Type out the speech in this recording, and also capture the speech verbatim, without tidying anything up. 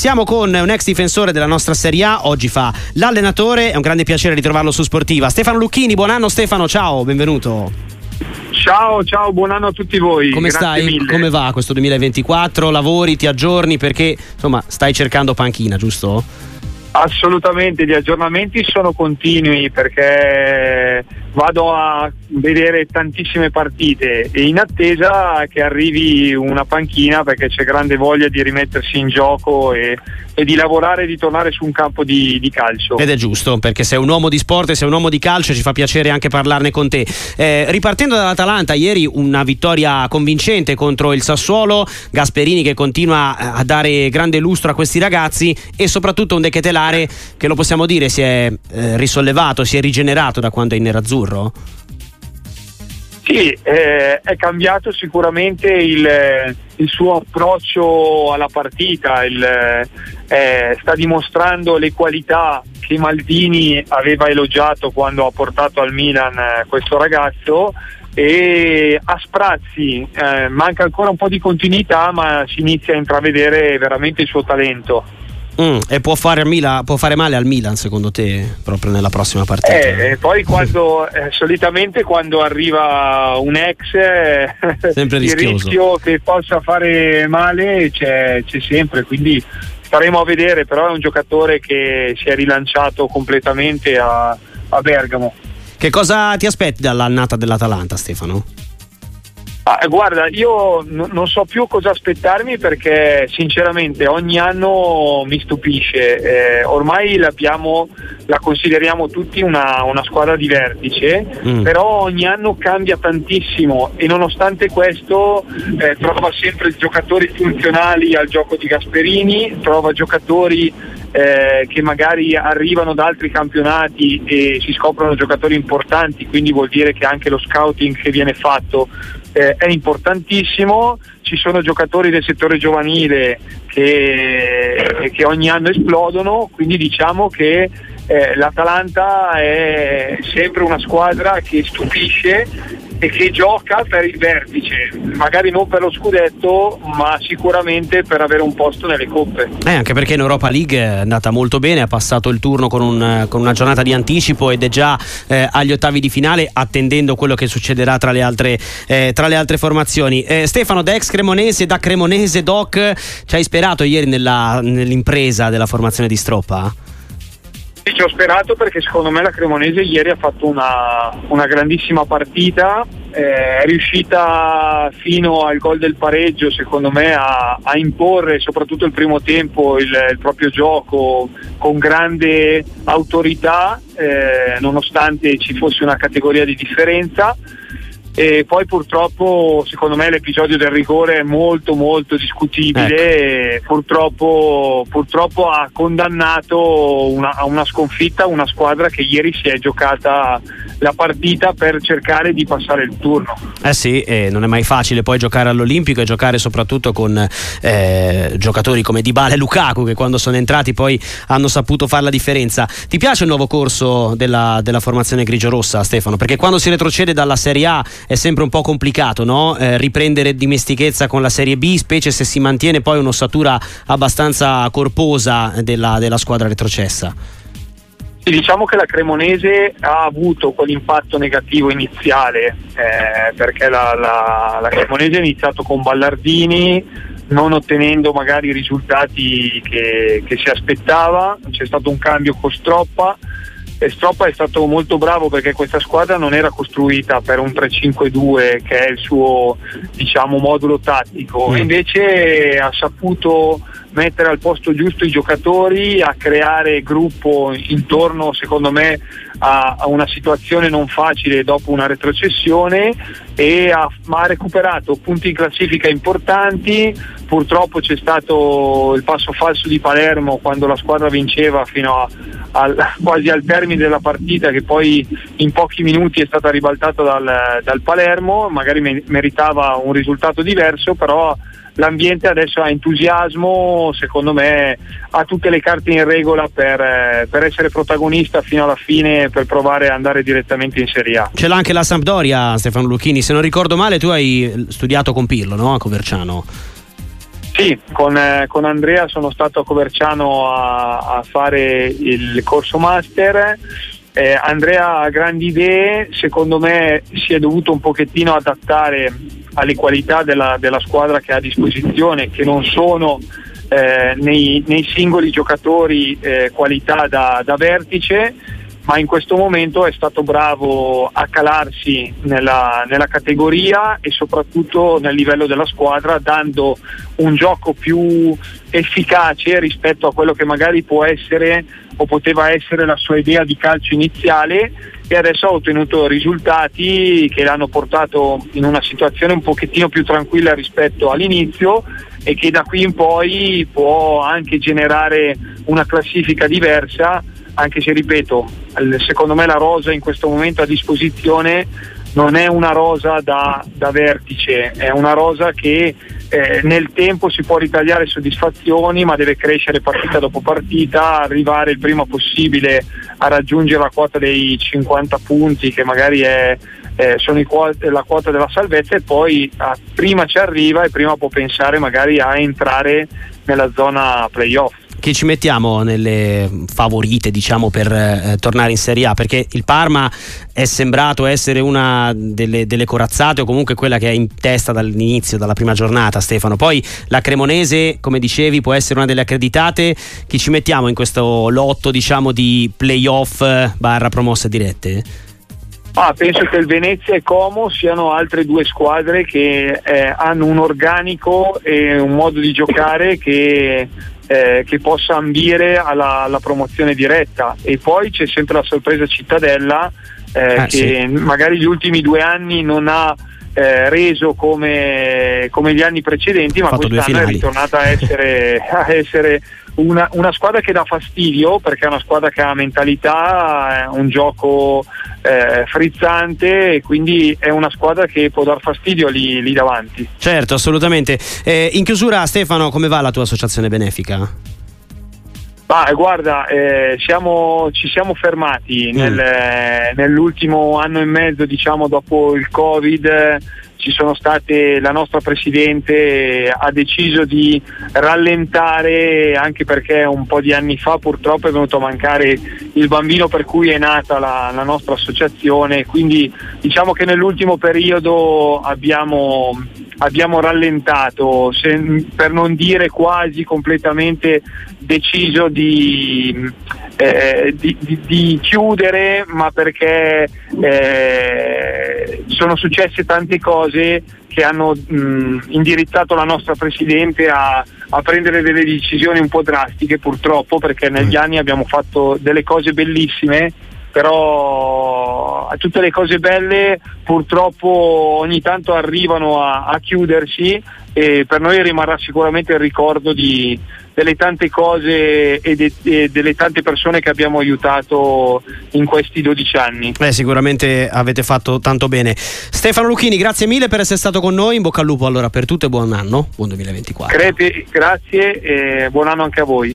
siamo con un ex difensore della nostra Serie A, oggi fa l'allenatore, è un grande piacere ritrovarlo su Sportiva. Stefano Lucchini, buon anno Stefano, ciao, benvenuto. Ciao, ciao, buon anno a tutti voi. Come Grazie stai? mille. Come va questo duemilaventiquattro? Lavori, ti aggiorni perché insomma stai cercando panchina, giusto? Assolutamente, gli aggiornamenti sono continui perché vado a vedere tantissime partite e in attesa che arrivi una panchina, perché c'è grande voglia di rimettersi in gioco e, e di lavorare e di tornare su un campo di, di calcio. Ed è giusto, perché sei un uomo di sport e sei un uomo di calcio, ci fa piacere anche parlarne con te. Eh, ripartendo dall'Atalanta, ieri una vittoria convincente contro il Sassuolo, Gasperini che continua a dare grande lustro a questi ragazzi e soprattutto un De Ketelaere che, lo possiamo dire, si è eh, risollevato, si è rigenerato da quando è in nerazzurro. Sì, eh, è cambiato sicuramente il, il suo approccio alla partita, il, eh, sta dimostrando le qualità che Maldini aveva elogiato quando ha portato al Milan eh, questo ragazzo, e a sprazzi eh, manca ancora un po' di continuità, ma si inizia a intravedere veramente il suo talento. Mm, e può fare, a Milan, può fare male al Milan secondo te proprio nella prossima partita? Eh, e poi quando eh, solitamente quando arriva un ex eh, sempre il rischio che possa fare male c'è, c'è sempre, quindi staremo a vedere, però è un giocatore che si è rilanciato completamente a, a Bergamo. Che cosa ti aspetti dall'annata dell'Atalanta, Stefano? Ah, guarda, io n- non so più cosa aspettarmi perché sinceramente ogni anno mi stupisce, eh, ormai l'abbiamo, la consideriamo tutti una, una squadra di vertice, mm. però ogni anno cambia tantissimo e nonostante questo eh, trova sempre giocatori funzionali al gioco di Gasperini, trova giocatori Eh, che magari arrivano da altri campionati e si scoprono giocatori importanti, quindi vuol dire che anche lo scouting che viene fatto eh, è importantissimo. Ci sono giocatori del settore giovanile che, che ogni anno esplodono, quindi diciamo che eh, l'Atalanta è sempre una squadra che stupisce e che gioca per il vertice, magari non per lo scudetto, ma sicuramente per avere un posto nelle coppe. Eh, anche perché in Europa League è andata molto bene, ha passato il turno con, un, con una giornata di anticipo ed è già eh, agli ottavi di finale, attendendo quello che succederà tra le altre, eh, tra le altre formazioni. Eh, Stefano, da ex cremonese, da cremonese doc, ci hai sperato ieri nella, nell'impresa della formazione di Stroppa? Sì, ci ho sperato perché secondo me la Cremonese ieri ha fatto una, una grandissima partita, eh, è riuscita fino al gol del pareggio secondo me a, a imporre soprattutto il primo tempo il, il proprio gioco con grande autorità, eh, nonostante ci fosse una categoria di differenza. E poi purtroppo secondo me l'episodio del rigore è molto molto discutibile, ecco. e purtroppo, purtroppo ha condannato una, a una sconfitta una squadra che ieri si è giocata la partita per cercare di passare il turno. Eh sì, eh, non è mai facile poi giocare all'Olimpico e giocare soprattutto con eh, giocatori come Dybala e Lukaku, che quando sono entrati poi hanno saputo fare la differenza. Ti piace il nuovo corso della, della formazione grigio-rossa, Stefano? Perché quando si retrocede dalla Serie A è sempre un po' complicato, no? Eh, riprendere dimestichezza con la Serie B, specie se si mantiene poi un'ossatura abbastanza corposa della, della squadra retrocessa. Sì, diciamo che la Cremonese ha avuto quell'impatto negativo iniziale, eh, perché la, la, la Cremonese ha iniziato con Ballardini non ottenendo magari i risultati che, che si aspettava, c'è stato un cambio con Stroppa. E Stroppa è stato molto bravo perché questa squadra non era costruita per un tre cinque due che è il suo, diciamo, modulo tattico, mm. invece ha saputo mettere al posto giusto i giocatori, a creare gruppo intorno secondo me a, a una situazione non facile dopo una retrocessione, e ha, ha recuperato punti in classifica importanti. Purtroppo c'è stato il passo falso di Palermo quando la squadra vinceva fino a, a, quasi al termine della partita, che poi in pochi minuti è stata ribaltata dal, dal Palermo, magari me, meritava un risultato diverso, però l'ambiente adesso ha entusiasmo, secondo me ha tutte le carte in regola per, per essere protagonista fino alla fine, per provare ad andare direttamente in Serie A. Ce l'ha anche la Sampdoria, Stefano Lucchini, se non ricordo male tu hai studiato con Pirlo, no? A Coverciano. Sì, con, eh, con Andrea sono stato a Coverciano a, a fare il corso master. Eh, Andrea ha grandi idee, secondo me si è dovuto un pochettino adattare alle qualità della, della squadra che ha a disposizione, che non sono eh, nei, nei singoli giocatori eh, qualità da, da vertice, ma in questo momento è stato bravo a calarsi nella, nella categoria e soprattutto nel livello della squadra, dando un gioco più efficace rispetto a quello che magari può essere o poteva essere la sua idea di calcio iniziale, e adesso ha ottenuto risultati che l'hanno portato in una situazione un pochettino più tranquilla rispetto all'inizio, e che da qui in poi può anche generare una classifica diversa, anche se, ripeto, secondo me la rosa in questo momento a disposizione non è una rosa da, da vertice, è una rosa che eh, nel tempo si può ritagliare soddisfazioni, ma deve crescere partita dopo partita, arrivare il prima possibile a raggiungere la quota dei cinquanta punti, che magari è, eh, sono i quote, la quota della salvezza, e poi ah, prima ci arriva e prima può pensare magari a entrare nella zona playoff. Che ci mettiamo nelle favorite, diciamo, per eh, tornare in Serie A, perché il Parma è sembrato essere una delle, delle corazzate, o comunque quella che è in testa dall'inizio, dalla prima giornata, Stefano. Poi la Cremonese, come dicevi, può essere una delle accreditate. Chi ci mettiamo in questo lotto, diciamo, di playoff barra promosse dirette? Ah, penso che il Venezia e Como siano altre due squadre che eh, hanno un organico e un modo di giocare che Eh, che possa ambire alla, alla promozione diretta. E poi c'è sempre la sorpresa Cittadella eh, ah, che sì. magari gli ultimi due anni non ha eh, reso come, come gli anni precedenti, ma Fatto quest'anno è ritornata a essere, a essere una, una squadra che dà fastidio, perché è una squadra che ha mentalità, un gioco eh, frizzante, e quindi è una squadra che può dar fastidio lì, lì davanti. Certo, assolutamente. Eh, in chiusura, Stefano, come va la tua associazione benefica? Ah, guarda, eh, siamo, ci siamo fermati mm. nel, eh, nell'ultimo anno e mezzo, diciamo, dopo il Covid. Eh, ci sono state, la nostra presidente ha deciso di rallentare, anche perché un po' di anni fa purtroppo è venuto a mancare il bambino per cui è nata la, la nostra associazione, quindi diciamo che nell'ultimo periodo abbiamo, abbiamo rallentato, se, per non dire quasi completamente deciso di, eh, di, di, di chiudere, ma perché eh, sono successe tante cose che hanno mh, indirizzato la nostra presidente a, a prendere delle decisioni un po' drastiche, purtroppo, perché negli anni abbiamo fatto delle cose bellissime, però a tutte le cose belle purtroppo ogni tanto arrivano a, a chiudersi, e per noi rimarrà sicuramente il ricordo di, delle tante cose e, de, e delle tante persone che abbiamo aiutato in questi dodici anni. Beh, sicuramente avete fatto tanto bene. Stefano Lucchini, grazie mille per essere stato con noi, in bocca al lupo allora per tutto e buon anno, buon duemilaventiquattro. Crepi, grazie e buon anno anche a voi.